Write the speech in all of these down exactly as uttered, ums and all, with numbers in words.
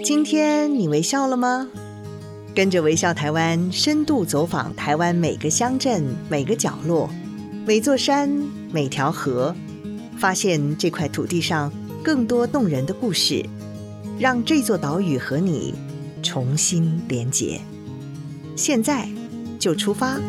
今天你微笑了吗？跟着微笑台湾深度走访台湾每个乡镇、每个角落、每座山、每条河，发现这块土地上更多动人的故事，让这座岛屿和你重新连结。现在就出发！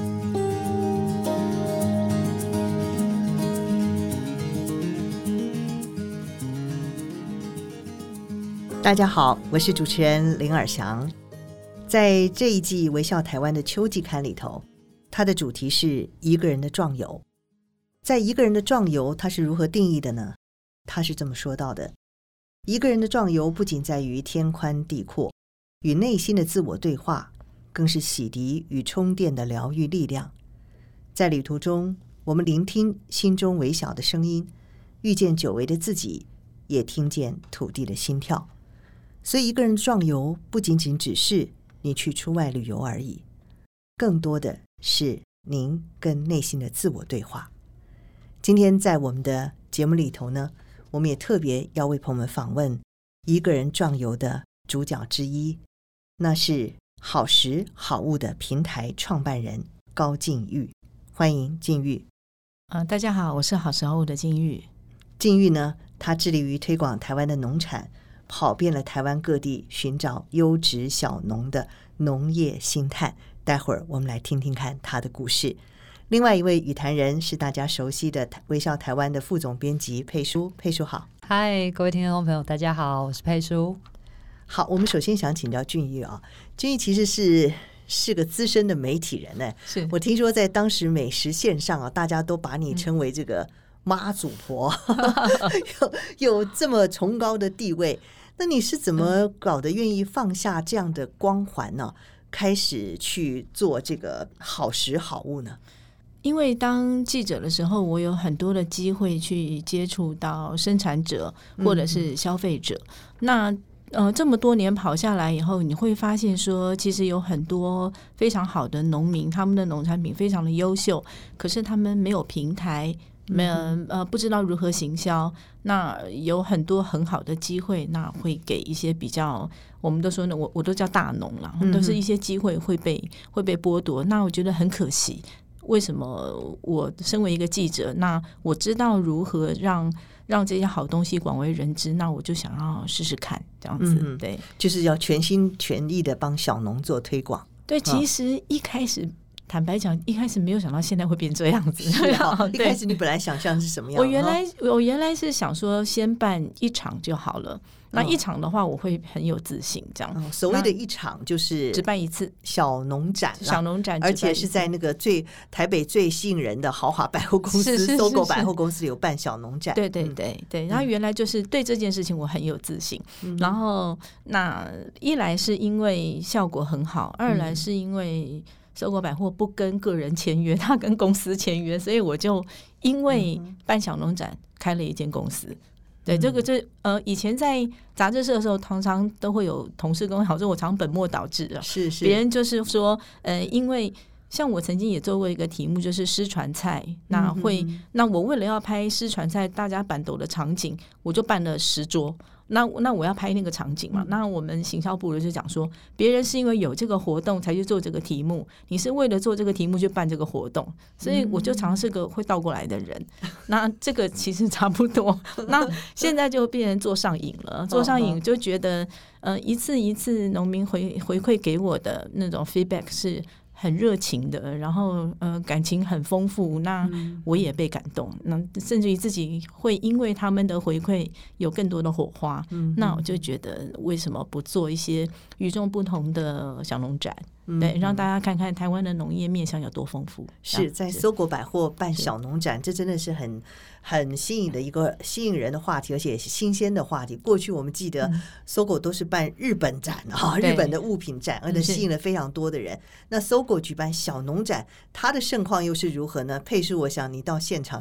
大家好，我是主持人林尔祥。在这一季微笑台湾的秋季刊里头，它的主题是一个人的壮游。在一个人的壮游，它是如何定义的呢？他是这么说到的：一个人的壮游不仅在于天宽地阔，与内心的自我对话，更是洗涤与充电的疗愈力量。在旅途中，我们聆听心中微小的声音，遇见久违的自己，也听见土地的心跳。所以一个人壮游不仅仅只是你去出外旅游而已，更多的是您跟内心的自我对话。今天在我们的节目里头呢，我们也特别要为朋友们访问一个人壮游的主角之一，那是好食好物的平台创办人高静玉。欢迎静玉。 呃、大家好，我是好食好物的静玉。 静玉呢，她致力于推广台湾的农产，跑遍了台湾各地，寻找优质小农的农业星探。待会儿我们来听听看他的故事。另外一位语坛人是大家熟悉的微笑台湾的副总编辑佩书。佩书好。 嗨，各位听众朋友大家好，我是佩书。 好，我们首先想请教俊玉啊，俊玉其实是是个资深的媒体人呢。 是我听说在当时美食线上啊，大家都把你称为这个妈祖婆，有有这么崇高的地位，那你是怎么搞得愿意放下这样的光环呢？开始去做这个好食好物呢？ 因为当记者的时候，我有很多的机会去接触到生产者或者是消费者。嗯、那呃，这么多年跑下来以后，你会发现说，其实有很多非常好的农民，他们的农产品非常的优秀，可是他们没有平台。没有呃，不知道如何行销，那有很多很好的机会，那会给一些比较，我们都说呢，我我都叫大农啦，都是一些机会会被会被剥夺，那我觉得很可惜。为什么我身为一个记者，那我知道如何让让这些好东西广为人知，那我就想要试试看这样子，嗯、对， 就是要全心全意的帮小农做推广。 对，其实一开始。坦白讲，一开始没有想到现在会变这样子。 是啊，一开始你本来想象是什么样？ 我原来我原来是想说先办一场就好了。那一场的话，我会很有自信。这样、 嗯，所谓的一场就是只办一次小农展， 小农展， 而且是在那个最台北最吸引人的豪华百货公司搜狗百货公司有办小农展。 对对对对，然后原来就是对这件事情我很有自信。嗯、然后那一来是因为效果很好，二来是因为。搜狗百货不跟个人签约，他跟公司签约，所以我就因为办小农展开了一间公司。对，这个就呃，以前在杂志社的时候，常常都会有同事跟我讲说，我常本末倒置了。 是是， 别人就是说，呃，因为像我曾经也做过一个题目，就是失传菜，那会，嗯、那我为了要拍失传菜大家板斗的场景，我就办了十桌。那那我要拍那个场景嘛？那我们行销部就讲说，别人是因为有这个活动才去做这个题目，你是为了做这个题目去办这个活动，所以我就常常是个会倒过来的人。那这个其实差不多。那现在就变成做上瘾了，做上瘾就觉得，呃，一次一次农民回回馈给我的那种 feedback 是。很热情的，然后呃感情很丰富，那我也被感动，那甚至于自己会因为他们的回馈有更多的火花，嗯、那我就觉得为什么不做一些与众不同的小农展，嗯、对，让大家看看台湾的农业面向有多丰富。 是在搜狗百货办小农展，这真的是很很吸引的一个吸引人的话题，而且也是新鲜的话题。过去我们记得搜狗都是办日本展啊，日本的物品展，而且吸引了非常多的人。那搜狗举办小农展，它的盛况又是如何呢？佩书，我想你到现场去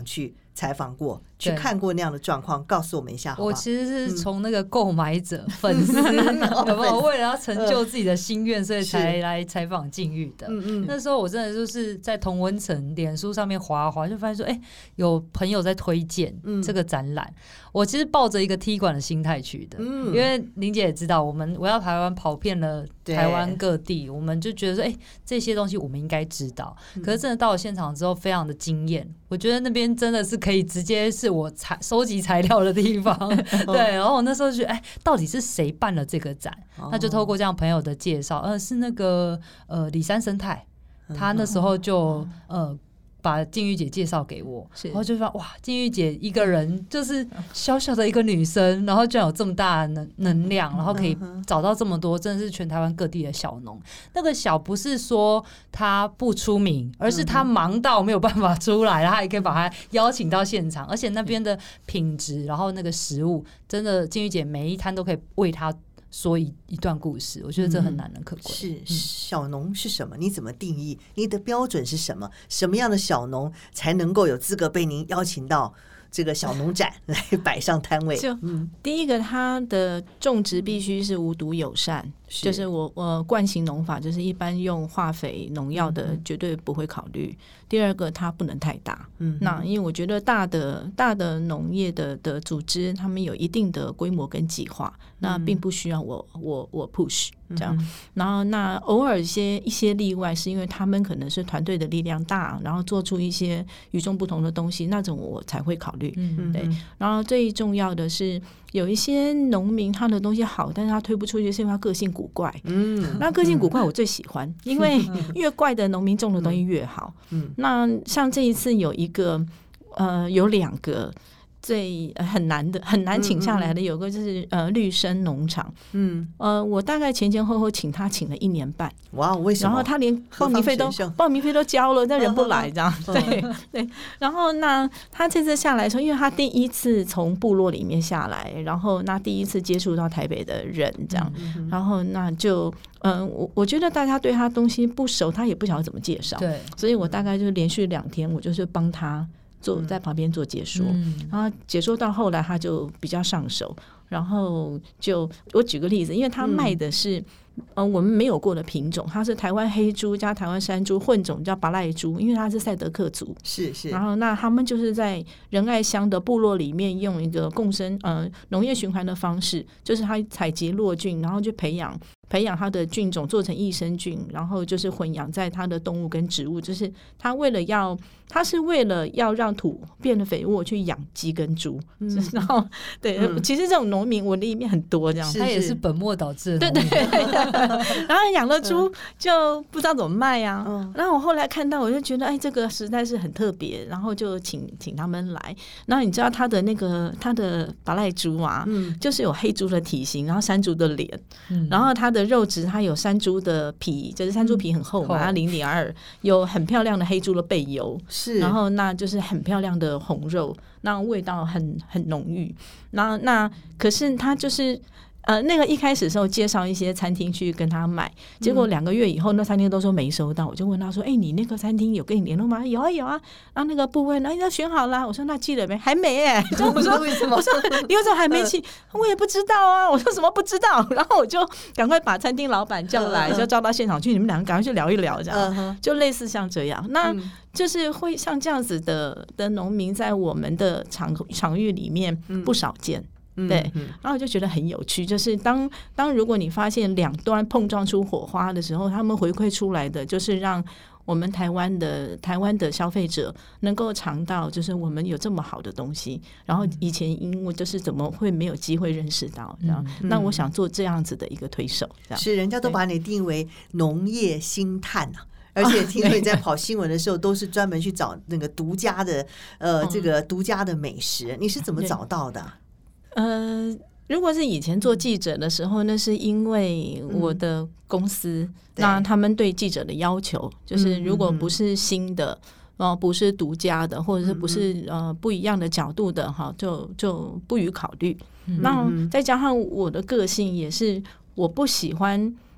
采访过，去看过那样的状况，告诉我们一下好不好？ 我其实是从那个购买者、嗯、粉丝有没有为了要成就自己的心愿，所以才来采访静玉的。嗯嗯，那时候我真的就是在同温层脸书上面滑滑，就发现说，哎、欸，有朋友在推荐这个展览、嗯。我其实抱着一个踢馆的心态去的，嗯，因为玲姐也知道，我们我要台湾跑遍了台湾各地，我们就觉得说，哎、欸，这些东西我们应该知道。嗯、可是真的到了现场之后，非常的惊艳。我觉得那边真的是可以直接是我材收集材料的地方，对。然后我那时候就觉得，哎，到底是谁办了这个展？哦、那就透过这样朋友的介绍，呃，是那个呃里山生态，他那时候就、嗯、呃。把静玉姐介绍给我，然后就说哇，静玉姐一个人就是小小的一个女生，然后居然有这么大的能能量，然后可以找到这么多，真的是全台湾各地的小农。那个小不是说她不出名，而是她忙到没有办法出来，然后她也可以把她邀请到现场，而且那边的品质，然后那个食物，真的静玉姐每一摊都可以为她说 一, 一段故事，我觉得这很难能可贵、 嗯。是小农是什么？你怎么定义？你的标准是什么？什么样的小农才能够有资格被您邀请到这个小农展来摆上摊位？ 就、嗯、第一个，它的种植必须是无毒友善，是就是我我惯行农法，就是一般用化肥农药的绝对不会考虑。嗯、第二个，它不能太大。嗯，那因为我觉得大的大的农业的的组织，他们有一定的规模跟计划，那并不需要我我我 push 这样。嗯、然后那偶尔一些一些例外，是因为他们可能是团队的力量大，然后做出一些与众不同的东西，那种我才会考虑。嗯，对。然后最重要的是，有一些农民他的东西好，但是他推不出去，是因为他个性古怪。嗯，那个性古怪我最喜欢，嗯、因为越怪的农民种的东西越好。嗯，那像这一次有一个呃，有两个。最很难的很难请下来的有个就是呃绿生农场，嗯呃我大概前前后后请他请了一年半， 哇，为什么？ 然后他连报名费都报名费都交了，但人不来这样，对对。然后那他这次下来说，因为他第一次从部落里面下来，然后那第一次接触到台北的人这样，嗯、然后那就嗯、呃、我我觉得大家对他东西不熟，他也不晓得怎么介绍，对，所以我大概就连续两天，我就是帮他。做在旁边做解说、嗯，然后解说到后来他就比较上手，然后就我举个例子，因为他卖的是、嗯、呃我们没有过的品种，它是台湾黑猪加台湾山猪混种，叫巴赖猪，因为它是赛德克族， 是是， 然后那他们就是在仁爱乡的部落里面用一个共生呃农业循环的方式，就是他采集落菌，然后去培养。培养它的菌种做成益生菌，然后就是混养在它的动物跟植物，就是它为了要，它是为了要让土变得肥沃去养鸡跟猪，嗯、然后对、嗯，其实这种农民我里面很多这样， 它也是本末倒置的， 对对对，然后养了猪就不知道怎么卖啊，嗯、然后我后来看到我就觉得，哎，这个实在是很特别，然后就请请他们来，然后你知道它的那个它的巴赖猪啊、嗯，就是有黑猪的体型，然后山猪的脸，嗯、然后它的肉质它有山猪的皮，就是山猪皮很厚嘛，它零点二，有很漂亮的黑猪的背油，是，然后那就是很漂亮的红肉，那味道很很浓郁，那那可是它就是呃，那个一开始的时候介绍一些餐厅去跟他买，结果两个月以后，那餐厅都说没收到，我就问他说：“哎、欸，你那个餐厅有跟你联络吗？”有啊有啊，然后那个部位，那、欸、那选好了，我说那寄了没？还没哎、欸，我说为什么？我说你为什么还没寄？我也不知道啊，我说什么不知道？然后我就赶快把餐厅老板叫来，就叫到现场去，你们两个赶快去聊一聊，这样就类似像这样，那就是会像这样子的的农民在我们的场场域里面不少见。对，然后我就觉得很有趣，就是当当如果你发现两端碰撞出火花的时候，他们回馈出来的就是让我们台湾的台湾的消费者能够尝到，就是我们有这么好的东西，然后以前因为就是怎么会没有机会认识到这样、嗯、那我想做这样子的一个推手，这样是人家都把你定为农业星探啊，而且听说你在跑新闻的时候都是专门去找那个独家的呃这个独家的美食，你是怎么找到的？ 呃，如果是以前做记者的时候，那是因为我的公司、嗯、那他们对记者的要求就是如果不是新的、嗯、不是独家的，或者是不是、嗯、呃不一样的角度的哈，就就不予考虑、嗯、那再加上我的个性也是我不喜欢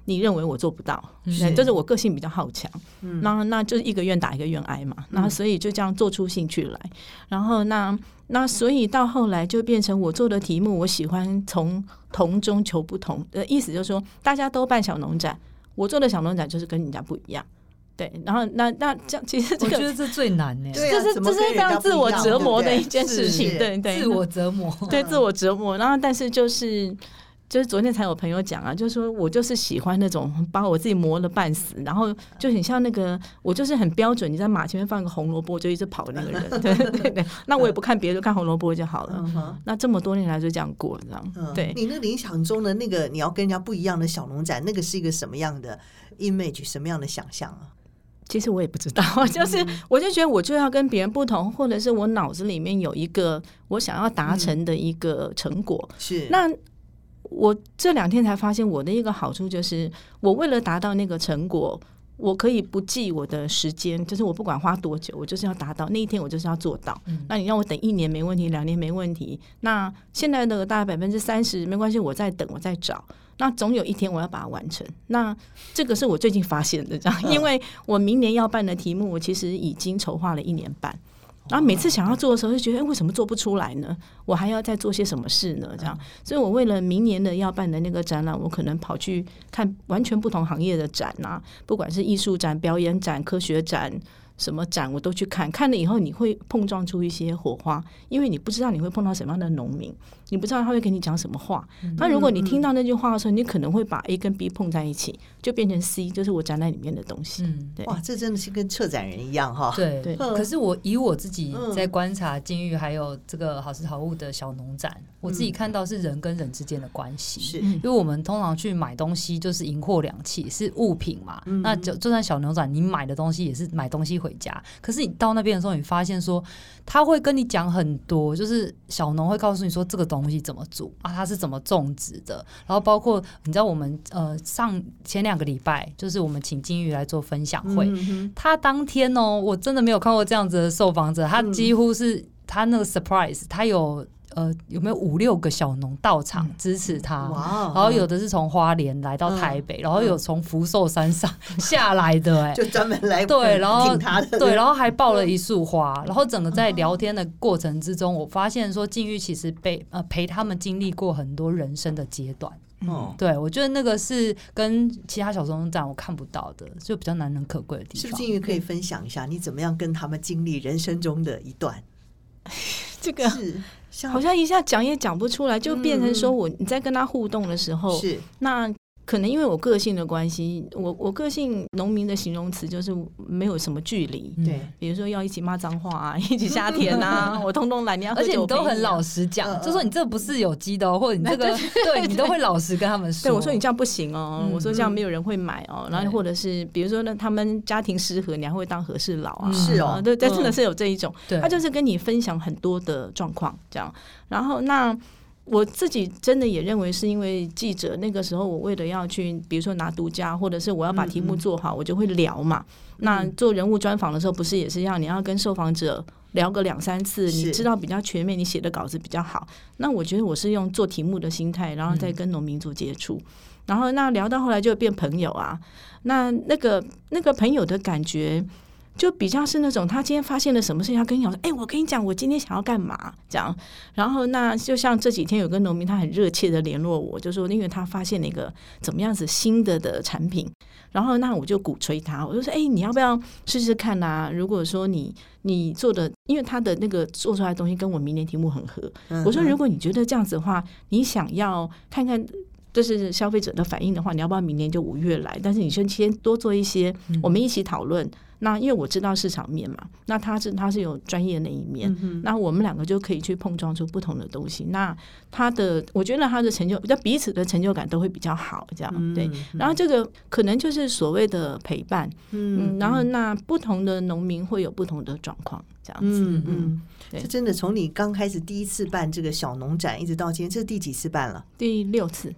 你认为我做不到，是就是我个性比较好强，嗯，那那就是一个愿打一个愿挨嘛，那、嗯、所以就这样做出兴趣来，然后那那所以到后来就变成我做的题目，我喜欢从同中求不同的意思，就是说大家都办小农展，我做的小农展就是跟人家不一样。对，然后那那这样，其实这个我觉得这最难呢、欸， 这是这是非常自我折磨的一件事情，对对， 自我折磨， 对自我折磨。然后，但是就是就是昨天才有朋友讲啊，就是说我就是喜欢那种把我自己磨了半死，然后就很像那个我就是很标准，你在马前面放个红萝卜就一直跑的那个人，对对对。那我也不看别的，就看红萝卜就好了。嗯、那这么多年来就这样过，这样、嗯、对。 你那理想中的那个你要跟人家不一样的小农展，那个是一个什么样的 image， 什么样的想象啊？ 其实我也不知道，就是我就觉得我就要跟别人不同，或者是我脑子里面有一个我想要达成的一个成果。嗯、是那我这两天才发现，我的一个好处就是，我为了达到那个成果，我可以不计我的时间，就是我不管花多久，我就是要达到那一天，我就是要做到。嗯、那你让我等一年没问题，两年没问题。那现在的大概百分之三十没关系，我再等，我再找。那总有一天我要把它完成，那这个是我最近发现的这样，因为我明年要办的题目我其实已经筹划了一年半，然后每次想要做的时候就觉得、欸、为什么做不出来呢，我还要再做些什么事呢这样，所以我为了明年的要办的那个展览，我可能跑去看完全不同行业的展啊，不管是艺术展、表演展、科学展什么展我都去看，看了以后你会碰撞出一些火花，因为你不知道你会碰到什么样的农民，你不知道他会跟你讲什么话，那、嗯、如果你听到那句话的时候，你可能会把 A 跟 B 碰在一起，就变成 C， 就是我展览里面的东西、嗯、对， 哇，这真的是跟策展人一样哈。 对对。可是我以我自己在观察金玉还有这个好食好物的小农展、嗯、我自己看到是人跟人之间的关系，是因为我们通常去买东西就是银货两讫，是物品嘛、嗯、那就就算小农展你买的东西也是买东西回家，可是你到那边的时候你发现说他会跟你讲很多，就是小农会告诉你说这个东西怎么煮啊，它是怎么种植的，然后包括你知道我们呃上前两个礼拜就是我们请金玉来做分享会、嗯、他当天哦我真的没有看过这样子的受访者，他几乎是、嗯、他那个 surprise 他有呃，有没有五六个小农到场支持他、嗯、然后有的是从花莲来到台北、嗯、然后有从福寿山上下来的、欸、 就专门来对，然后挺他的， 对，然后还抱了一束花、嗯、然后整个在聊天的过程之中、嗯、我发现说金玉其实被呃陪他们经历过很多人生的阶段、嗯、对，我觉得那个是跟其他小农展我看不到的，就比较难能可贵的地方。 是不是金玉可以分享一下你怎么样跟他们经历人生中的一段？ 这个是好像一下讲也讲不出来，就变成说我你在跟他互动的时候，是那可能因为我个性的关系，我我个性农民的形容词就是没有什么距离，对、嗯，比如说要一起骂脏话啊，一起下田啊，我通通来，你要喝酒陪你、啊、而且你都很老实讲、呃，就说你这不是有机的、哦，或者你这个对你都会老实跟他们说。 对，我说你这样不行哦，嗯、我说这样没有人会买哦，然后或者是比如说呢，他们家庭失和，你还会当和事佬啊， 是哦， 对，真的是有这一种，嗯、他就是跟你分享很多的状况这样，然后那。我自己真的也认为是因为记者那个时候我为了要去比如说拿独家或者是我要把题目做好、嗯、我就会聊嘛、嗯、那做人物专访的时候不是也是要你要跟受访者聊个两三次，你知道比较全面，你写的稿子比较好，那我觉得我是用做题目的心态然后再跟农民做接触、嗯、然后那聊到后来就变朋友啊，那那个那个朋友的感觉就比较是那种他今天发现了什么事情，他跟你讲说，哎、欸，我跟你讲，我今天想要干嘛这样。然后那就像这几天有个农民，他很热切的联络我，就说因为他发现了一个怎么样子新的的产品，然后那我就鼓吹他，我就说，哎、欸，你要不要试试看啊？如果说你你做的，因为他的那个做出来的东西跟我明年题目很合，嗯、我说如果你觉得这样子的话，你想要看看。就是消费者的反应的话，你要不要明年就五月来？但是你先先多做一些，我们一起讨论。嗯、那因为我知道市场面嘛，那他是他是有专业的那一面，嗯、那我们两个就可以去碰撞出不同的东西。那他的，我觉得他的成就，就彼此的成就感都会比较好，这样、嗯、对。然后这个可能就是所谓的陪伴，嗯，嗯然后那不同的农民会有不同的状况，这样子，嗯嗯。这真的从你刚开始第一次办这个小农展，一直到今天，这是第几次办了？ 第六次。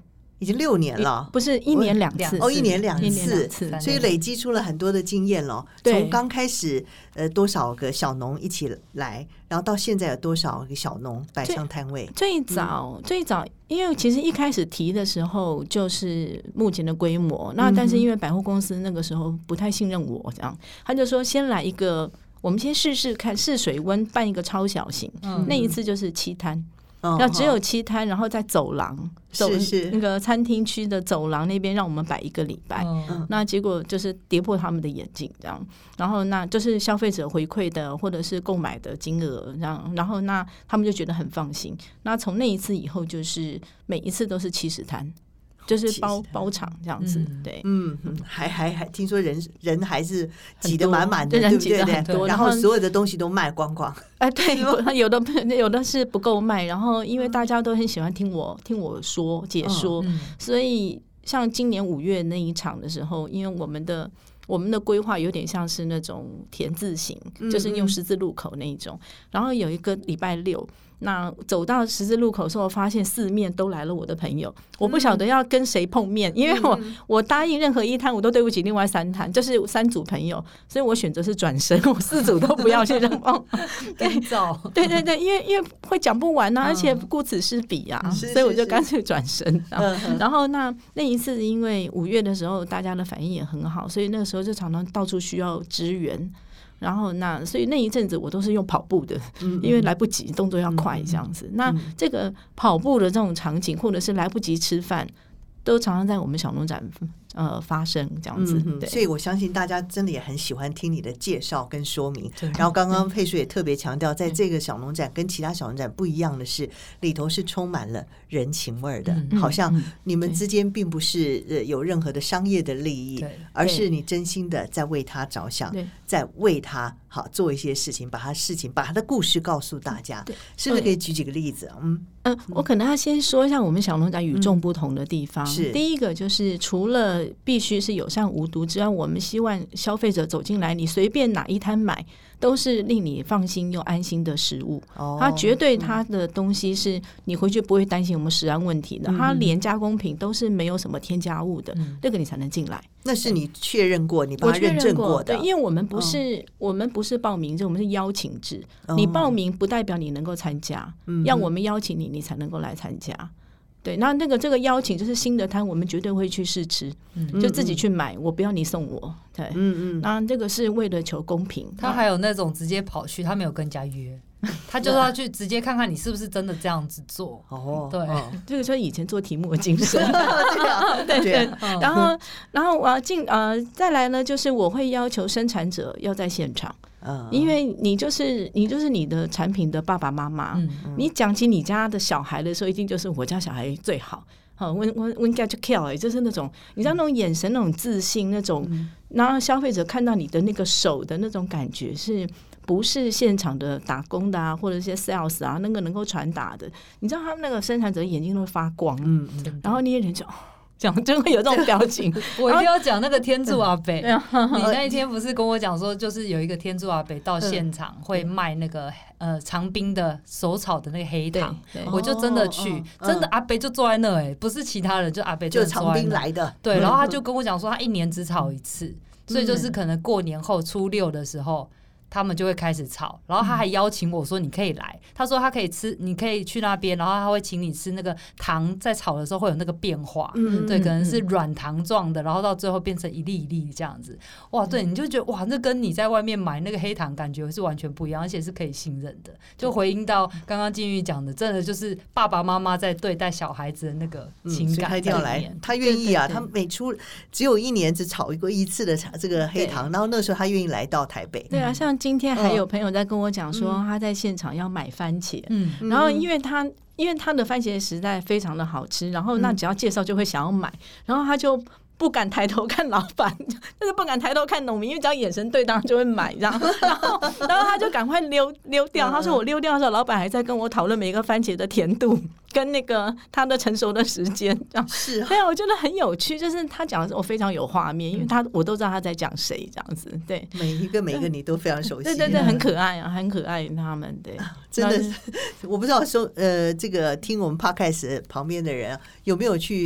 已经六年了， 不是一年两次哦，一年两次， 次所以累积出了很多的经验了。从刚开始呃多少个小农一起来，然后到现在有多少个小农摆上摊位？ 最早、嗯、最早，因为其实一开始提的时候就是目前的规模，那但是因为百货公司那个时候不太信任我，这样他就说先来一个，我们先试试看试水温，办一个超小型，嗯、那一次就是七摊。然后只有七摊，然后在走廊走是是那个餐厅区的走廊那边让我们摆一个礼拜、 嗯、 那结果就是跌破他们的眼镜这样，然后那就是消费者回馈的或者是购买的金额这样，然后那他们就觉得很放心，那从那一次以后就是每一次都是七十摊，就是包包场这样子、嗯、对， 嗯，还还还听说人人还是挤得满满的， 人挤得很多， 然后所有的东西都卖光光。 哎、呃，对，有的有的是不够卖，然后因为大家都很喜欢听我听我说解说、嗯，所以像今年五月那一场的时候，因为我们的。我们的规划有点像是那种田字形，就是用十字路口那一种、嗯、然后有一个礼拜六，那走到十字路口的时候发现四面都来了我的朋友，我不晓得要跟谁碰面、嗯、因为我我答应任何一摊我都对不起另外三摊，就是三组朋友，所以我选择是转身，我四组都不要去让帮对对对对，因为因为会讲不完啊、嗯、而且顾此失彼啊、嗯、所以我就干脆转身、嗯、然后那那一次因为五月的时候大家的反应也很好，所以那个时候时候就常常到处需要支援，然后那所以那一阵子我都是用跑步的，嗯、因为来不及，动作要快这样子、嗯、那这个跑步的这种场景或者是来不及吃饭都常常在我们小农展呃发生这样子、嗯、对， 所以我相信大家真的也很喜欢听你的介绍跟说明。然后刚刚佩淑也特别强调，在这个小农展跟其他小农展不一样的是，里头是充满了人情味的、嗯、好像你们之间并不是呃有任何的商业的利益，而是你真心的在为他着想，在为他好做一些事情，把他事情把他的故事告诉大家。是不是可以举几个例子？嗯嗯、呃，我可能要先说一下我们小农展与众不同的地方、嗯、是第一个就是除了必须是友善无毒之外，我们希望消费者走进来，你随便哪一摊买都是令你放心又安心的食物、哦、它绝对它的东西是你回去不会担心我们食安问题的、嗯、它连加工品都是没有什么添加物的、嗯、那个你才能进来， 那是你确认过你帮他认证过的。 对，因为我们不是、嗯、我们不是报名制，我们是邀请制、嗯、你报名不代表你能够参加、嗯、要我们邀请你你才能够来参加。对，那那个这个邀请就是新的摊，我们绝对会去试吃、嗯、就自己去买，我不要你送我。对，嗯嗯，那这个是为了求公平。 他还有那种直接跑去，他没有跟人家约，他就是要去直接看看你是不是真的这样子做。哦，对，哦、 这个就是以前做题目的精神。对对，然后然后我要进呃再来呢，就是我会要求生产者要在现场。因为你就是你就是你的产品的爸爸妈妈、嗯嗯、你讲起你家的小孩的时候一定就是我家小孩最好，我我我应该就 kill， 就是那种你知道那种眼神那种自信那种、嗯、然后消费者看到你的那个手的那种感觉是不是现场的打工的啊或者一些 sales 啊那个能够传达的，你知道他们那个生产者眼睛都会发光、嗯嗯、然后那些人就讲就会有这种表情。 我一定要讲那个天柱阿伯你那一天不是跟我讲说就是有一个天柱阿伯到现场会卖那个、呃、长滨的手炒的那个黑糖，我就真的去、哦、真的阿伯就坐在那、欸、不是其他人，就阿伯就长滨来的。 对，然后他就跟我讲说他一年只炒一次、嗯、所以就是可能过年后初六的时候他们就会开始炒，然后他还邀请我说你可以来、嗯、他说他可以吃，你可以去那边，然后他会请你吃那个糖在炒的时候会有那个变化、嗯、对，可能是软糖状的，然后到最后变成一粒一粒这样子。哇，对，你就觉得哇，那跟你在外面买那个黑糖感觉是完全不一样，而且是可以信任的。就回应到刚刚金玉讲的，真的就是爸爸妈妈在对待小孩子的那个情感、嗯、 他一定要来，他愿意啊，他每出只有一年只炒过一次的这个黑糖，然后那时候他愿意来到台北。 对啊，像今天还有朋友在跟我讲说他在现场要买番茄、嗯、然后因为他因为他的番茄实在非常的好吃，然后那只要介绍就会想要买，然后他就不敢抬头看老板，就是不敢抬头看农民，因为只要眼神对当就会买，然后然后然后他就赶快溜溜掉。他说我溜掉的时候，老板还在跟我讨论每一个番茄的甜度跟那个它的成熟的时间，这样是、啊，对啊，我觉得很有趣，就是他讲的时候我非常有画面，因为他我都知道他在讲谁，这样子，对， 每一个每一个你都非常熟悉， 对对对，很可爱啊，很可爱他们，对， 真的是，我不知道说呃，这个听我们 podcast 旁边的人有没有去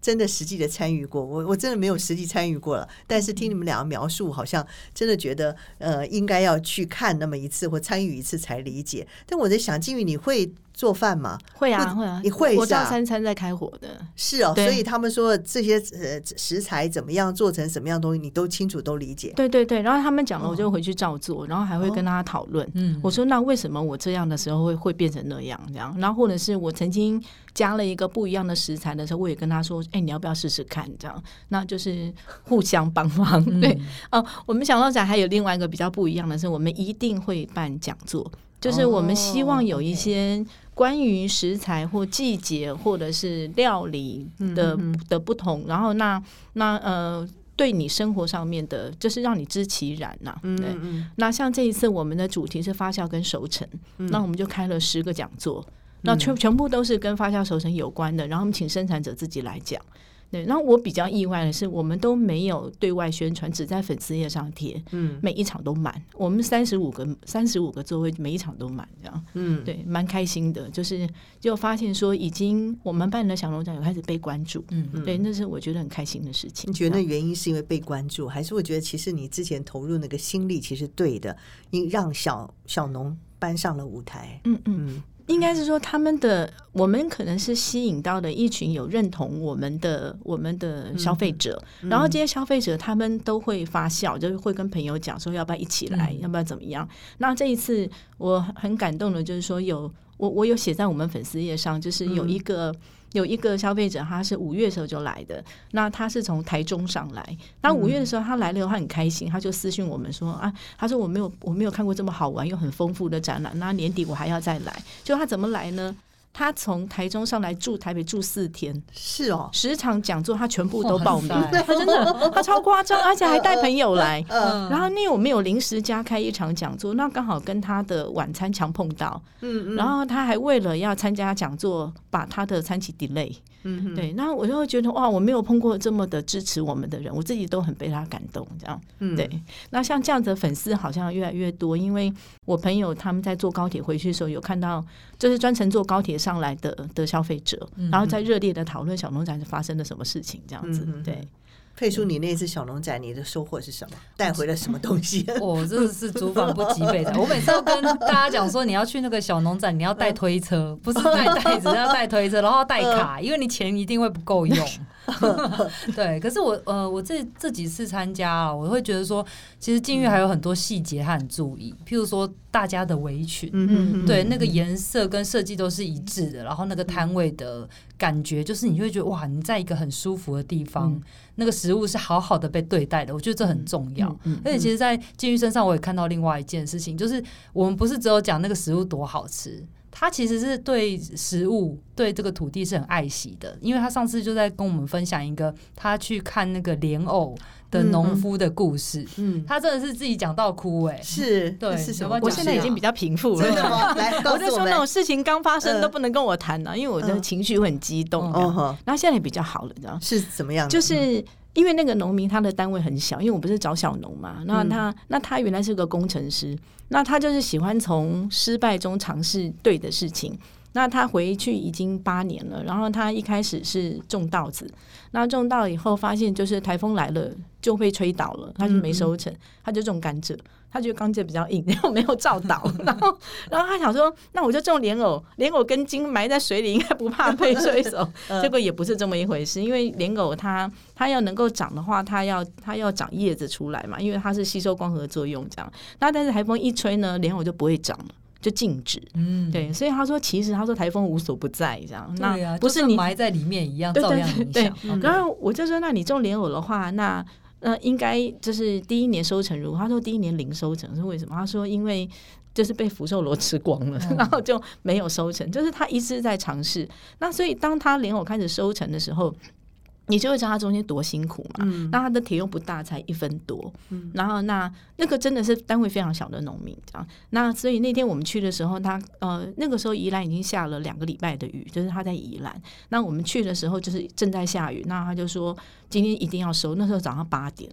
真的实际的参与过，我我真的没有实际参与过了，但是听你们两个描述，好像真的觉得呃应该要去看那么一次或参与一次才理解。但我在想，静瑜你会做饭吗？ 会啊会啊， 你会？ 我照三餐在开火的。 是哦，所以他们说这些呃食材怎么样做成什么样东西，你都清楚都理解。 对对对，然后他们讲了，我就回去照做，然后还会跟他讨论。嗯、哦，我说那为什么我这样的时候会会变成那样这样？然后或者是我曾经加了一个不一样的食材的时候，我也跟他说，哎、欸，你要不要试试看？这样，那就是互相帮忙。嗯、对哦、呃，我们小农仔还有另外一个比较不一样的是，我们一定会办讲座。就是我们希望有一些关于食材或季节或者是料理的的不同，然后那那呃对你生活上面的，就是让你知其然呐、啊。对，那像这一次我们的主题是发酵跟熟成，那我们就开了十个讲座，那全全部都是跟发酵熟成有关的，然后我们请生产者自己来讲。对，然后我比较意外的是，我们都没有对外宣传，只在粉丝页上贴，嗯，每一场都满，我们三十五个三十五个座位，每一场都满，这样，嗯，对，蛮开心的，就是就发现说，已经我们办的小农展有开始被关注，嗯，对，那是我觉得很开心的事情。 你觉得原因是因为被关注，还是我觉得其实你之前投入那个心力其实对的，你让小小农搬上了舞台， 嗯嗯。应该是说他们的我们可能是吸引到的一群有认同我们的我们的消费者、嗯、然后这些消费者他们都会发酵，就是会跟朋友讲说要不要一起来、嗯、要不要怎么样。那这一次我很感动的就是说有我我有写在我们粉丝页上，就是有一个、嗯有一个消费者他是五月的时候就来的，那他是从台中上来，那五月的时候他来了以后他很开心，他就私讯我们说啊，他说我没有我没有看过这么好玩又很丰富的展览，那年底我还要再来。就他怎么来呢？他从台中上来住台北住四天， 是哦， 十场讲座他全部都报名，他真的他超夸张，而且还带朋友来。嗯、然后因为我们有临时加开一场讲座，那刚好跟他的晚餐强碰到，嗯嗯，然后他还为了要参加讲座，把他的餐期 delay。嗯，对，那我就会觉得哇，我没有碰过这么的支持我们的人，我自己都很被他感动，这样，嗯，对。那像这样子的粉丝好像越来越多，因为我朋友他们在坐高铁回去的时候，有看到就是专程坐高铁上来的的消费者，嗯、然后在热烈的讨论小农展发生了什么事情，这样子，嗯、对。 佩叔，你那次小农展，你的收获是什么？带回了什么东西？ 我、哦、真的是竹反不及备载。我每次都跟大家讲说，你要去那个小农展，你要带推车，不是带袋子，要带推车，然后带卡，因为你钱一定会不够用。对，可是我呃，我这这几次参加啊，我会觉得说，其实禁欲还有很多细节和很注意，譬如说大家的围裙，嗯嗯，对，那个颜色跟设计都是一致的，然后那个摊位的感觉，就是你会觉得哇，你在一个很舒服的地方，嗯、那个食物是好好的被对待的，我觉得这很重要。嗯嗯、而且其实，在禁欲身上，我也看到另外一件事情，就是我们不是只有讲那个食物多好吃。他其实是对食物对这个土地是很爱惜的，因为他上次就在跟我们分享一个他去看那个莲藕的农夫的故事，嗯，他真的是自己讲到哭哎、欸， 是， 对， 是什么？ 我现在已经比较平复了， 真的吗？来， 我就说那种事情刚发生都不能跟我谈啊，因为我的情绪会很激动，然后现在也比较好了，这样是怎么样？ 就是因为那个农民他的单位很小，因为我不是找小农嘛，那他、嗯、那他原来是个工程师，那他就是喜欢从失败中尝试对的事情。那他回去已经八年了，然后他一开始是种稻子，那种稻以后发现就是台风来了就被吹倒了，他就没收成，嗯、他就种甘蔗，他觉得甘蔗比较硬，然后没有照倒，然后然后他想说，那我就种莲藕，莲藕根茎埋在水里应该不怕被吹走，结果也不是这么一回事，因为莲藕它它要能够长的话，它要它要长叶子出来嘛，因为它是吸收光合作用这样，那但是台风一吹呢，莲藕就不会长了。就静止，嗯，对，所以他说，其实他说台风无所不在，这样， 那对啊， 不是你埋在里面一样，照样影响。 嗯、然后我就说，那你种莲藕的话，那呃，应该就是第一年收成如何？他说第一年零收成，是为什么？他说因为就是被福寿螺吃光了，嗯、然后就没有收成，就是他一直在尝试。那所以当他莲藕开始收成的时候，你就会知道他中间多辛苦嘛，嗯、那他的田又不大，才一分多，嗯、然后那那个真的是单位非常小的农民这样，那所以那天我们去的时候，他呃那个时候宜兰已经下了两个礼拜的雨，就是他在宜兰，那我们去的时候就是正在下雨，那他就说今天一定要收，那时候早上八点。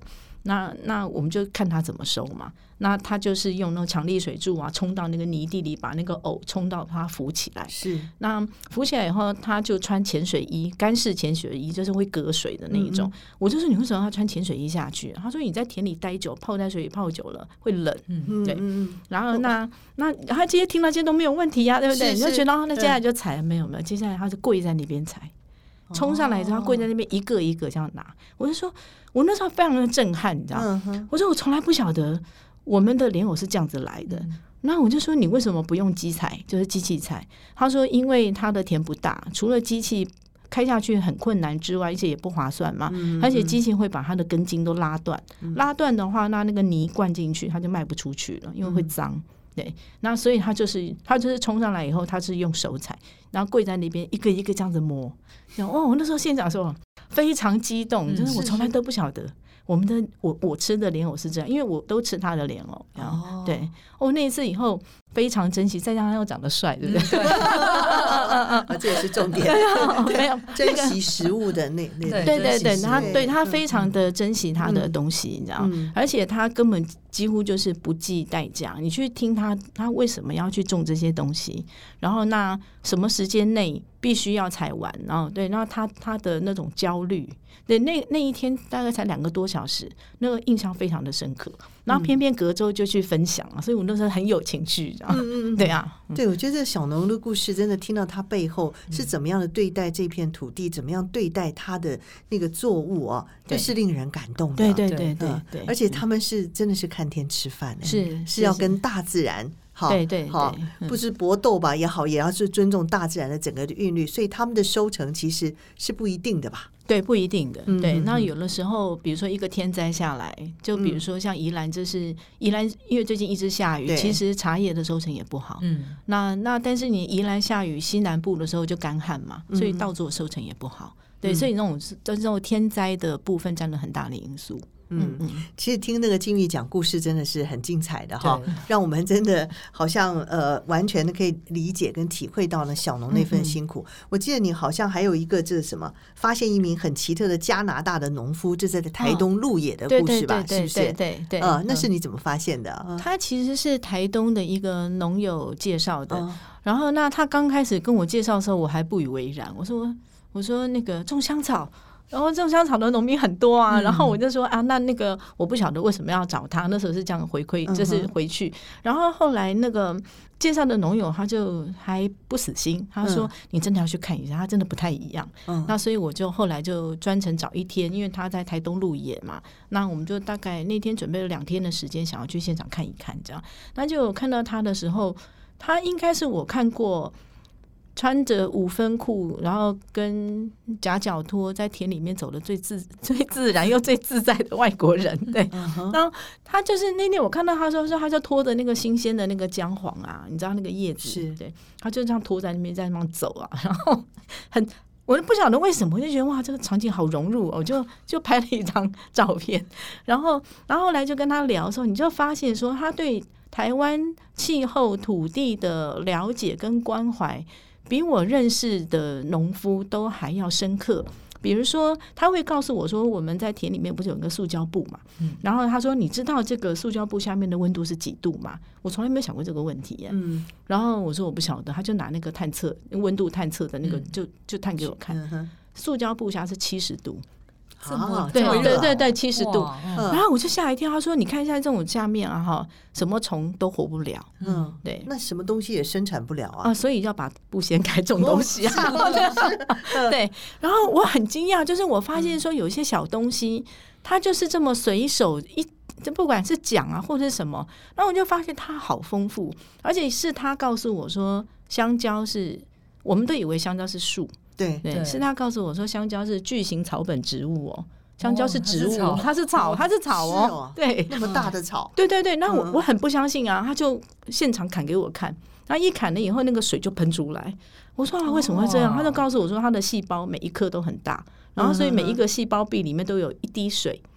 那那我们就看他怎么收嘛。那他就是用那个强力水柱啊，冲到那个泥地里，把那个藕冲到它浮起来。 是， 那浮起来以后，他就穿潜水衣，干式潜水衣，就是会隔水的那一种。嗯、我就说你为什么要穿潜水衣下去？他说你在田里待久，泡在水里泡久了会冷。嗯，对。嗯、然后那那他这些听那些都没有问题呀、啊，对不对？你就觉得那接下来就踩、嗯、没有没有，接下来他是跪在那边踩。冲上来之后，他跪在那边一个一个这样拿。我就说，我那时候非常的震撼，你知道？嗯、我说我从来不晓得我们的莲藕是这样子来的。嗯、那我就说你为什么不用机采，就是机器采？他说因为他的田不大，除了机器开下去很困难之外，而且也不划算嘛。嗯、而且机器会把它的根茎都拉断，嗯、拉断的话，那那个泥灌进去，它就卖不出去了，因为会脏。嗯对，那所以他就是他就是冲上来以后，他是用手采，然后跪在那边一个一个这样子摸。哦，我那时候现场说非常激动，就是我从来都不晓得我们的我我吃的莲藕是这样，因为我都吃他的莲藕。哦，对，哦，那一次以后非常珍惜，再加上他又长得帅，对不对？ 啊，这也是重点。 没有珍惜食物的那那对对对，他对他非常的珍惜他的东西，你知道，而且他根本几乎就是不计代价。你去听他，他为什么要去种这些东西？然后那什么时间内必须要采完？然后对，然后他他的那种焦虑，对，那那一天大概才两个多小时，那个印象非常的深刻。然后偏偏隔周就去分享了，所以我那时候很有情绪。嗯嗯，对啊， 对，我觉得这小农的故事真的听到他背后是怎么样的对待这片土地，怎么样对待他的那个作物啊，就是令人感动的。 对对对对对， 而且他们是真的是看天吃饭， 是是要跟大自然。好， 对对好，不是搏斗吧也好，也要是尊重大自然的整个的韵律，所以他们的收成其实是不一定的吧？ 对，不一定的。嗯、对，那有的时候，比如说一个天灾下来，就比如说像宜兰，这是宜兰，因为最近一直下雨，其实茶叶的收成也不好。嗯，那那但是你宜兰下雨，西南部的时候就干旱嘛，所以稻作收成也不好。对，所以那种这种天灾的部分占了很大的因素。 嗯嗯，其实听那个静玉讲故事真的是很精彩的哈，让我们真的好像呃完全的可以理解跟体会到呢小农那份辛苦。嗯嗯，我记得你好像还有一个这是什么，发现一名很奇特的加拿大的农夫，这是在台东鹿野的故事吧？ 哦、对对对对对对， 是不是？ 对对， 呃，那是你怎么发现的？嗯、 他其实是台东的一个农友介绍的，嗯、然后那他刚开始跟我介绍的时候，我还不以为然，我说我说那个种香草。然后种香草的农民很多啊，嗯、然后我就说啊，那那个我不晓得为什么要找他，那时候是这样回馈，就是回去。嗯、然后后来那个介绍的农友他就还不死心，他说、嗯、你真的要去看一下，他真的不太一样。嗯、那所以我就后来就专程找一天，因为他在台东鹿野嘛，那我们就大概那天准备了两天的时间，想要去现场看一看，这样。那就看到他的时候，他应该是我看过。穿着五分裤，然后跟夹脚拖在田里面走的最自最自然又最自在的外国人，对。Uh-huh. 然后他就是那天我看到他说说，他就拖着那个新鲜的那个姜黄啊，你知道那个叶子，是对，他就这样拖在那边在那边走啊，然后很，我就不晓得为什么，我就觉得哇，这个场景好融入哦，我就就拍了一张照片，然后然后后来就跟他聊的时候，你就发现说他对台湾气候土地的了解跟关怀。比我认识的农夫都还要深刻。比如说他会告诉我说我们在田里面不是有一个塑胶布嘛、嗯、然后他说你知道这个塑胶布下面的温度是几度吗？我从来没有想过这个问题耶、嗯、然后我说我不晓得，他就拿那个探测温度探测的那个、嗯、就就探给我看、嗯、塑胶布下是七十度， 这么对对对对，七十度，然后我就吓一跳。他说：“你看一下这种下面啊，哈，什么虫都活不了。”嗯，对， 那什么东西也生产不了啊， 啊，所以要把布掀开种东西啊。对，然后我很惊讶，就是我发现说有一些小东西，它就是这么随手一，不管是讲啊或者是什么，然后我就发现它好丰富，而且是他告诉我说，香蕉是，我们都以为香蕉是树。对对，是他告诉我说香蕉是巨型草本植物哦，香蕉是植物，哦、它是草，它是草哦，哦对， 那么大的草， 对对对，那我、嗯、我很不相信啊，他就现场砍给我看，然后一砍了以后，那个水就喷出来，我说啊为什么会这样？哦、他就告诉我说，它的细胞每一颗都很大，然后所以每一个细胞壁里面都有一滴水。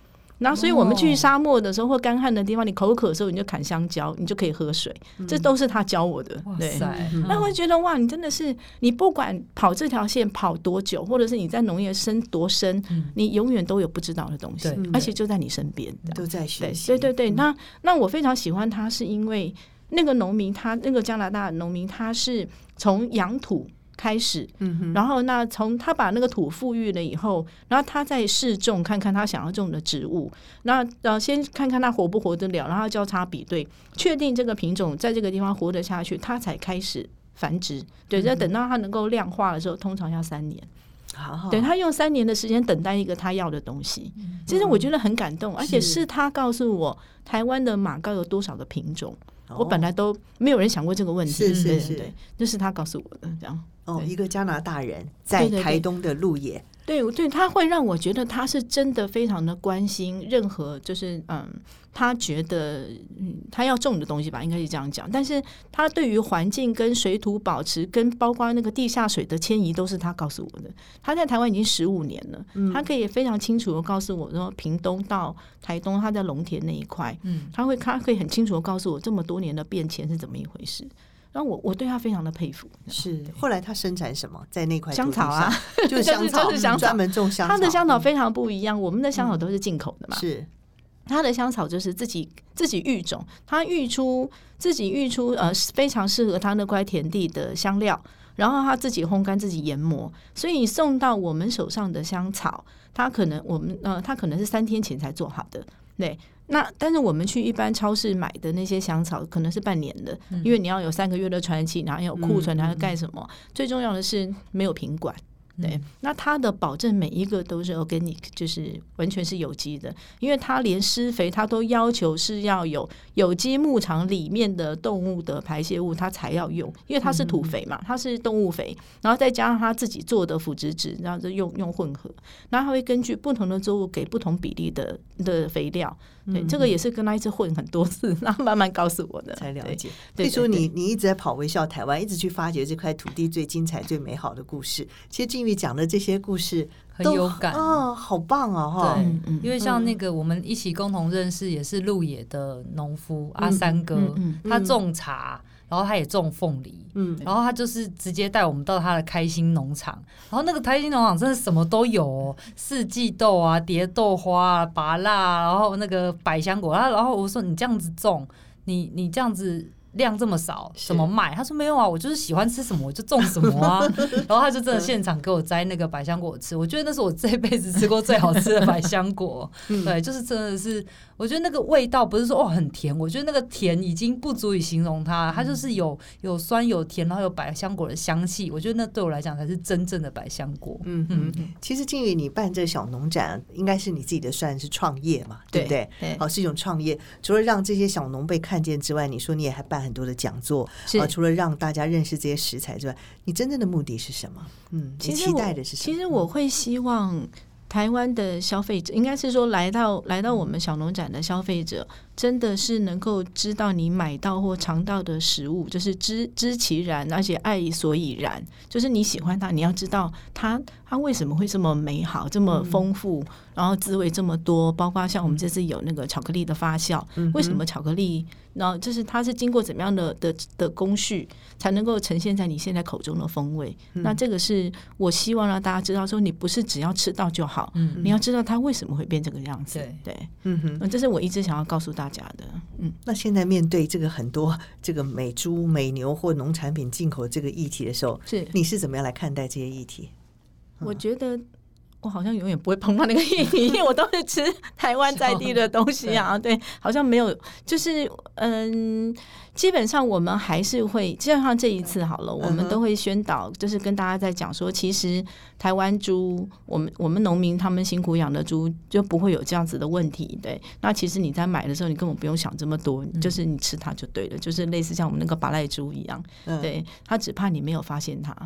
然后所以我们去沙漠的时候或干旱的地方，你口渴的时候你就砍香蕉，你就可以喝水，这都是他教我的。对，那我会觉得哇，你真的是你不管跑这条线跑多久，或者是你在农业深多深，你永远都有不知道的东西，而且就在你身边， 都在学习。 对对对，那那我非常喜欢他，是因为那个农民，他那个加拿大的农民，他是从养土开始，嗯、然后那从他把那个土富裕了以后，然后他再试种，看看他想要种的植物，那呃先看看他活不活得了，然后交叉比对，确定这个品种在这个地方活得下去，他才开始繁殖。对，那、嗯、等到他能够量化的时候，通常要三年。 好， 对，他用三年的时间等待一个他要的东西，其实我觉得很感动，而且是他告诉我台湾的马告有多少个品种。我本来都没有人想过这个问题， 是是是， 对，这是他告诉我的，这样。 哦，一个加拿大人在台东的鹿野， 对对，他会让我觉得他是真的非常的关心任何，就是嗯，他觉得嗯，他要种的东西吧，应该是这样讲。但是他对于环境跟水土保持，跟包括那个地下水的迁移，都是他告诉我的。他在台湾已经十五年了，嗯、他可以非常清楚的告诉我说，屏东到台东，他在龙田那一块，嗯，他会他可以很清楚的告诉我这么多年的变迁是怎么一回事。然后我我对他非常的佩服。 是，后来他生产什么？在那块香草啊， 就是香草，就是香草，专门种香草。 他的香草非常不一样，我们的香草都是进口的嘛。 嗯、是， 他的香草就是自己自己育种，他育出自己育出呃非常适合他那块田地的香料，然后他自己烘干，自己研磨，所以送到我们手上的香草，他可能我们呃他可能是三天前才做好的，对。那但是我们去一般超市买的那些香草可能是半年的，嗯、因为你要有三个月的传期，然后有库存，然后干什么？嗯、最重要的是没有品管。对，那它的保证每一个都是 organic， 就是完全是有机的，因为它连施肥它都要求是要有有机牧场里面的动物的排泄物它才要用，因为它是土肥嘛，它是动物肥，然后再加上它自己做的腐殖质，然后就用用混合，然后它会根据不同的作物给不同比例的的肥料。对，这个也是跟他一直混很多次，然后慢慢告诉我的， 才了解。所以说你你一直在跑微笑台湾，一直去发掘这块土地最精彩、最美好的故事。其实靖宇讲的这些故事很有感哦，好棒哦！哈， 对，嗯、因为像那个我们一起共同认识，也是鹿野的农夫、嗯、阿三哥，嗯嗯嗯、他种茶。然后他也种凤梨，嗯，然后他就是直接带我们到他的开心农场，然后那个开心农场真的什么都有哦，四季豆啊、蝶豆花啊、芭乐啊，然后那个百香果，然后我说你这样子种，你你这样子量这么少，怎么卖？他说没有啊，我就是喜欢吃什么我就种什么啊。然后他就真的现场给我摘那个百香果吃，我觉得那是我这辈子吃过最好吃的百香果。对，就是真的是，我觉得那个味道不是说哦很甜，我觉得那个甜已经不足以形容它，它就是有有酸有甜，然后有百香果的香气。我觉得那对我来讲才是真正的百香果。 嗯嗯，其实靖宇你办这小农展，应该是你自己的算是创业嘛，对不对？对，好，是一种创业。除了让这些小农被看见之外，你说你也还办很多的讲座，啊，除了让大家认识这些食材之外，你真正的目的是什么？嗯，你期待的是什么？ 其实我会希望台湾的消费者，应该是说来到来到我们小农展的消费者，真的是能够知道你买到或尝到的食物，就是知知其然，而且爱所以然，就是你喜欢它，你要知道它它为什么会这么美好，这么丰富，嗯、然后滋味这么多，包括像我们这次有那个巧克力的发酵，嗯、为什么巧克力？然后就是它是经过怎么样的的的工序才能够呈现在你现在口中的风味，嗯、那这个是我希望让大家知道说你不是只要吃到就好，嗯、你要知道它为什么会变这个样子。对对，嗯哼，这是我一直想要告诉大家的。嗯， 那现在面对这个很多这个美猪美牛或农产品进口这个议题的时候，是你是怎么样来看待这些议题？ 嗯、我觉得我好像永远不会碰到那个议题，因为我都是吃台湾在地的东西啊。对，好像没有，就是嗯，基本上我们还是会，就像这一次好了，我们都会宣导，就是跟大家在讲说，其实台湾猪，我们我们农民他们辛苦养的猪就不会有这样子的问题。对，那其实你在买的时候，你根本不用想这么多，就是你吃它就对了，就是类似像我们那个芭乐猪一样，对，它只怕你没有发现它。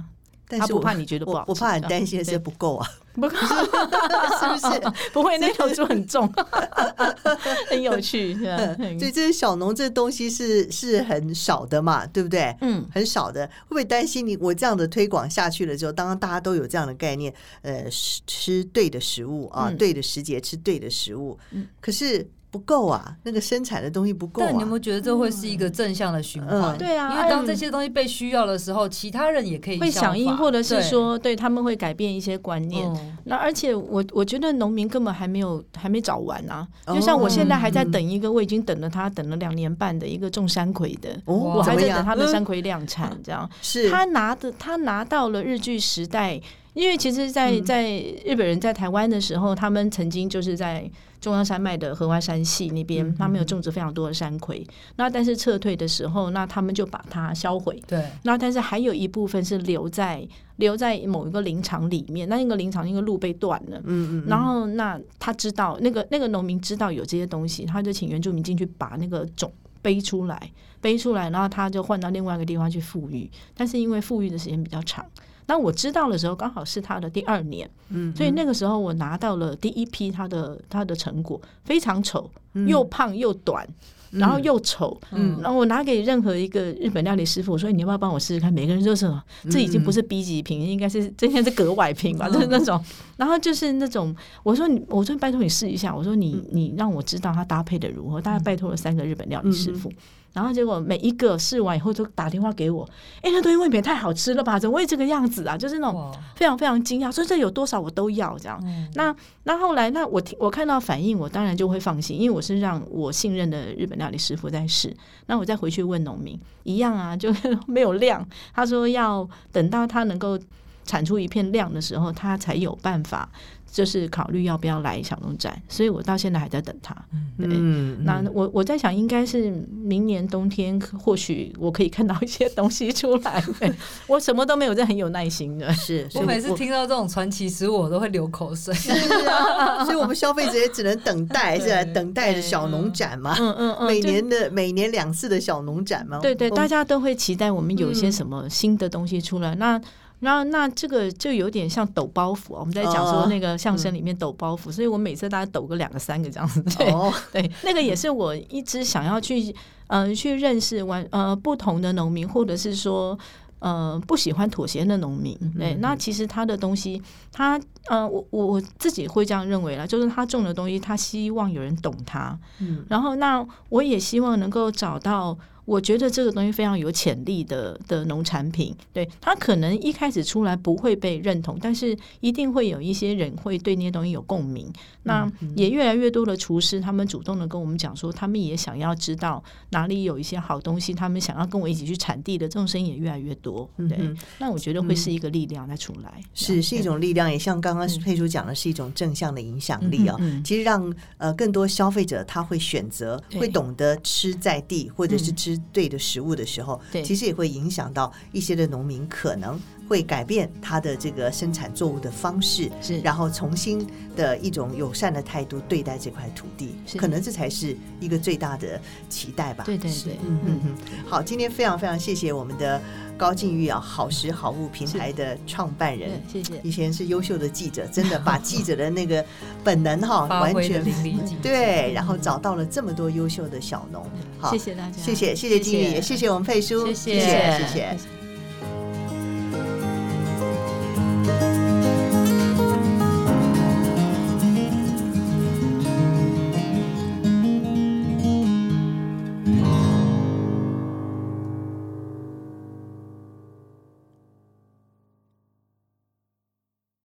但是他不怕你觉得不好吃， 我, 我怕很担心的是不够啊， 不是不是？ 不会，那头猪很重，很有趣。 所以这些小农这东西是是很少的嘛，对不对？嗯，很少的，会不会担心你我这样的推广下去了之后，当然大家都有这样的概念，呃，吃对的食物啊，嗯、对的时节吃对的食物，嗯、可是。不够啊，那个生产的东西不够啊。 但你有没有觉得这会是一个正向的循环？ 嗯、对啊， 因为当这些东西被需要的时候，其他人也可以会响应，或者是说，对他们会改变一些观念。嗯、那而且我我觉得农民根本还没有还没找完啊。就像我现在还在等一个，我已经等了他等了两年半的一个种山葵的，哦、我还在等他的山葵量产。这样， 是他拿的他拿到了日据时代。因为其实在，在在日本人在台湾的时候，他们曾经就是在中央山脉的合欢山系那边，他们有种植非常多的山葵。那但是撤退的时候，那他们就把它销毁。 对。 那但是还有一部分是留在留在某一个林场里面。那那个林场那个路被断了。嗯嗯。然后那他知道那个那个农民知道有这些东西，他就请原住民进去把那个种背出来，背出来，然后他就换到另外一个地方去复育。但是因为复育的时间比较长。那我知道的时候刚好是他的第二年，嗯，所以那个时候我拿到了第一批他的他的成果，非常丑，又胖又短，然后又丑，嗯，然后我拿给任何一个日本料理师傅，我说你要不要帮我试试看？每个人就说这已经不是 B 级品，应该是这应该是格外品吧，就是那种，然后就是那种，我说你，我说拜托你试一下，我说你你让我知道它搭配的如何，大概拜托了三个日本料理师傅。然后结果每一个试完以后都打电话给我，哎，那东西未免太好吃了吧？怎么会这个样子啊？就是那种非常非常惊讶，所以这有多少我都要这样。嗯、那那后来，那我我看到反应，我当然就会放心，因为我是让我信任的日本料理师傅在试。那我再回去问农民，一样啊，就没有量。他说要等到他能够产出一片量的时候，他才有办法。就是考虑要不要来小农展，所以我到现在还在等他。对，嗯、那我我在想，应该是明年冬天，或许我可以看到一些东西出来。我什么都没有，在很有耐心的。 是， 我每次听到这种传奇食物，我都会流口水。 是啊，所以我们消费者也只能等待，是等待着小农展嘛。嗯嗯嗯，每年的每年两次的小农展嘛。 对对，大家都会期待我们有一些什么新的东西出来。嗯、那。然后那这个就有点像抖包袱，我们在讲说那个相声里面抖包袱，哦、所以我每次大概抖个两个三个这样子。对、哦、对，那个也是我一直想要去呃去认识完呃不同的农民，或者是说呃不喜欢妥协的农民。对，嗯、那其实他的东西，他呃我我自己会这样认为啦，就是他种的东西，他希望有人懂他。嗯，然后那我也希望能够找到。我觉得这个东西非常有潜力的的农产品，对，它可能一开始出来不会被认同，但是一定会有一些人会对那些东西有共鸣。那也越来越多的厨师，他们主动的跟我们讲说，他们也想要知道哪里有一些好东西，他们想要跟我一起去产地的，这种声音也越来越多。对，嗯、那我觉得会是一个力量再出来，嗯、 是是一种力量，也像刚刚佩书讲的，是一种正向的影响力啊、哦。嗯嗯、其实让呃更多消费者他会选择，会懂得吃在地，或者是吃对的食物的时候，其实也会影响到一些的农民可能会改变他的这个生产作物的方式，是然后重新的一种友善的态度对待这块土地，可能这才是一个最大的期待吧。 对对对， 嗯嗯嗯。好，今天非常非常谢谢我们的高敬玉啊，好食好物平台的创办人， 谢谢。 以前是优秀的记者，真的把记者的那个本能哈完全淋漓尽致， 对，然后找到了这么多优秀的小农。好， 谢谢大家， 谢谢谢谢敬玉，也谢谢我们佩书， 谢谢谢谢谢谢。